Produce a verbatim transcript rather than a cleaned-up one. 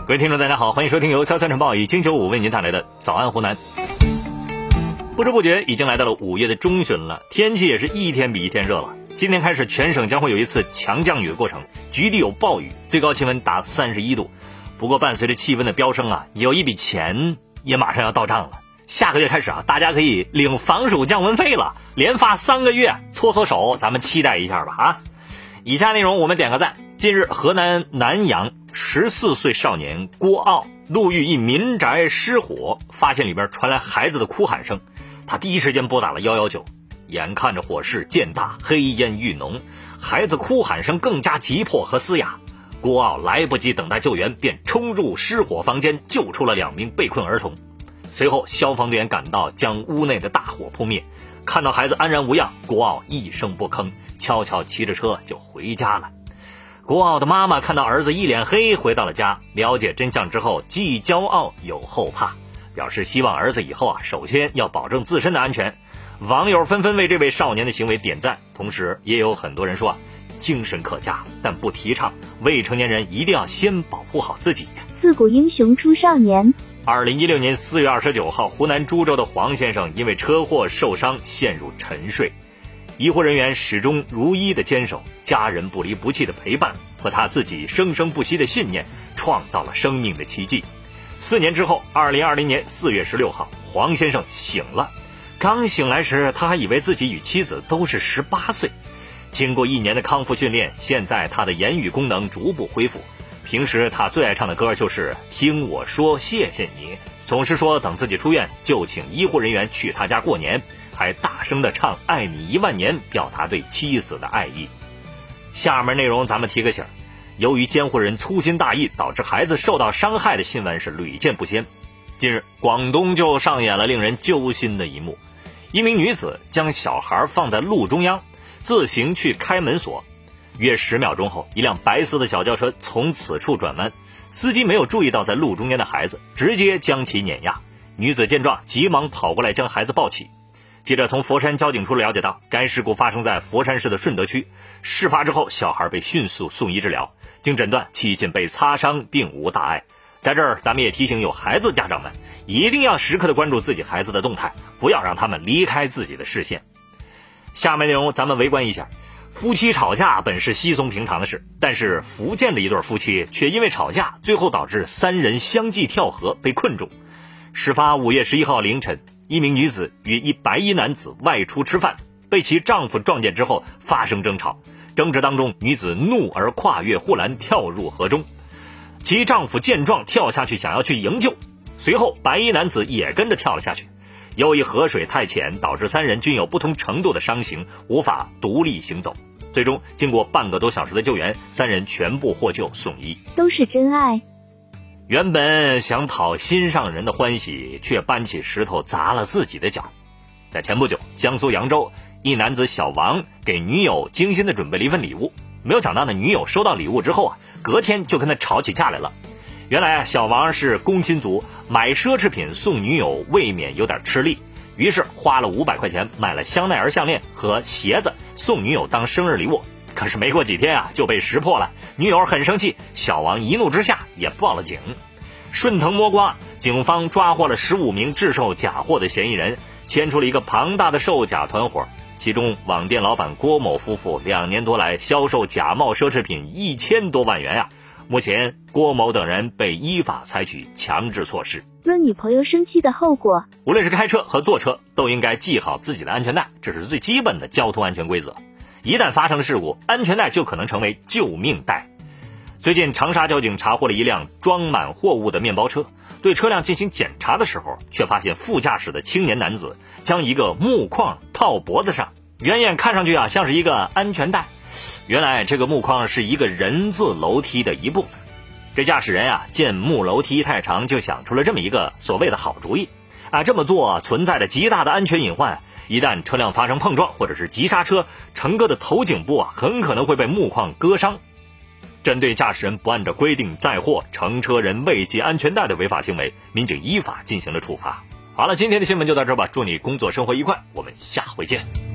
各位听众大家好，欢迎收听由潇潇晨报以金九五为您带来的早安湖南。不知不觉已经来到了五月的中旬了，天气也是一天比一天热了。今天开始全省将会有一次强降雨的过程，局地有暴雨，最高气温达三十一度。不过伴随着气温的飙升啊，有一笔钱也马上要到账了。下个月开始啊，大家可以领防暑降温费了，连发三个月，搓搓手，咱们期待一下吧啊！以下内容我们点个赞。近日，河南南阳十四岁少年郭傲路遇一民宅失火，发现里边传来孩子的哭喊声，他第一时间拨打了一一九。眼看着火势渐大，黑烟愈浓，孩子哭喊声更加急迫和嘶哑。郭傲来不及等待救援，便冲入失火房间，救出了两名被困儿童。随后消防队员赶到，将屋内的大火扑灭。看到孩子安然无恙，郭傲一声不吭，悄悄骑着车就回家了。郭傲的妈妈看到儿子一脸黑回到了家，了解真相之后既骄傲又后怕，表示希望儿子以后啊首先要保证自身的安全。网友纷纷为这位少年的行为点赞，同时也有很多人说啊，精神可嘉，但不提倡未成年人一定要先保护好自己。 自古英雄出少年。 二零一六年四月二十九号，湖南株洲的黄先生因为车祸受伤陷入沉睡，医护人员始终如一的坚守，家人不离不弃的陪伴和他自己生生不息的信念，创造了生命的奇迹。四年之后，二零二零年四月十六号，黄先生醒了。刚醒来时，他还以为自己与妻子都是十八岁。经过一年的康复训练，现在他的言语功能逐步恢复。平时他最爱唱的歌就是听我说谢谢你，总是说等自己出院就请医护人员去他家过年，还大声的唱爱你一万年，表达对妻子的爱意。下面内容咱们提个醒，由于监护人粗心大意导致孩子受到伤害的新闻是屡见不鲜。近日广东就上演了令人揪心的一幕，一名女子将小孩放在路中央，自行去开门锁。约十秒钟后，一辆白色的小轿车从此处转弯，司机没有注意到在路中间的孩子，直接将其碾压。女子见状急忙跑过来将孩子抱起。记者从佛山交警处了解到，该事故发生在佛山市的顺德区。事发之后，小孩被迅速送医治疗，经诊断其仅被擦伤，并无大碍。在这儿咱们也提醒有孩子家长们，一定要时刻的关注自己孩子的动态，不要让他们离开自己的视线。下面内容咱们围观一下。夫妻吵架本是稀松平常的事，但是福建的一对夫妻却因为吵架，最后导致三人相继跳河被困住。事发五月十一号凌晨，一名女子与一白衣男子外出吃饭，被其丈夫撞见之后发生争吵，争执当中，女子怒而跨越护栏跳入河中。其丈夫见状跳下去想要去营救，随后白衣男子也跟着跳了下去。由于河水太浅，导致三人均有不同程度的伤形，无法独立行走。最终经过半个多小时的救援，三人全部获救送医。 都是真爱。 原本想讨心上人的欢喜，却搬起石头砸了自己的脚。在前不久，江苏扬州一男子小王给女友精心的准备了一份礼物，没有想到呢，女友收到礼物之后啊，隔天就跟他吵起架来了。原来小王是工薪族，买奢侈品送女友未免有点吃力，于是花了五百块钱买了香奈儿项链和鞋子送女友当生日礼物。可是没过几天啊，就被识破了，女友很生气，小王一怒之下也报了警。顺藤摸瓜，警方抓获了十五名制售假货的嫌疑人，牵出了一个庞大的售假团伙。其中网店老板郭某夫妇两年多来销售假冒奢侈品一千多万元呀、啊。目前郭某等人被依法采取强制措施。 论女朋友生气的后果， 无论是开车和坐车都应该系好自己的安全带，这是最基本的交通安全规则。一旦发生了事故，安全带就可能成为救命带。最近长沙交警查获了一辆装满货物的面包车，对车辆进行检查的时候，却发现副驾驶的青年男子将一个木框套脖子上，远远看上去啊像是一个安全带，原来这个木框是一个人字楼梯的一部分。这驾驶人啊见木楼梯太长，就想出了这么一个所谓的好主意啊，这么做存在着极大的安全隐患，一旦车辆发生碰撞或者是急刹车，乘客的头颈部啊很可能会被木框割伤。针对驾驶人不按照规定载货、乘车人未系安全带的违法行为，民警依法进行了处罚。好了，今天的新闻就到这吧，祝你工作生活愉快，我们下回见。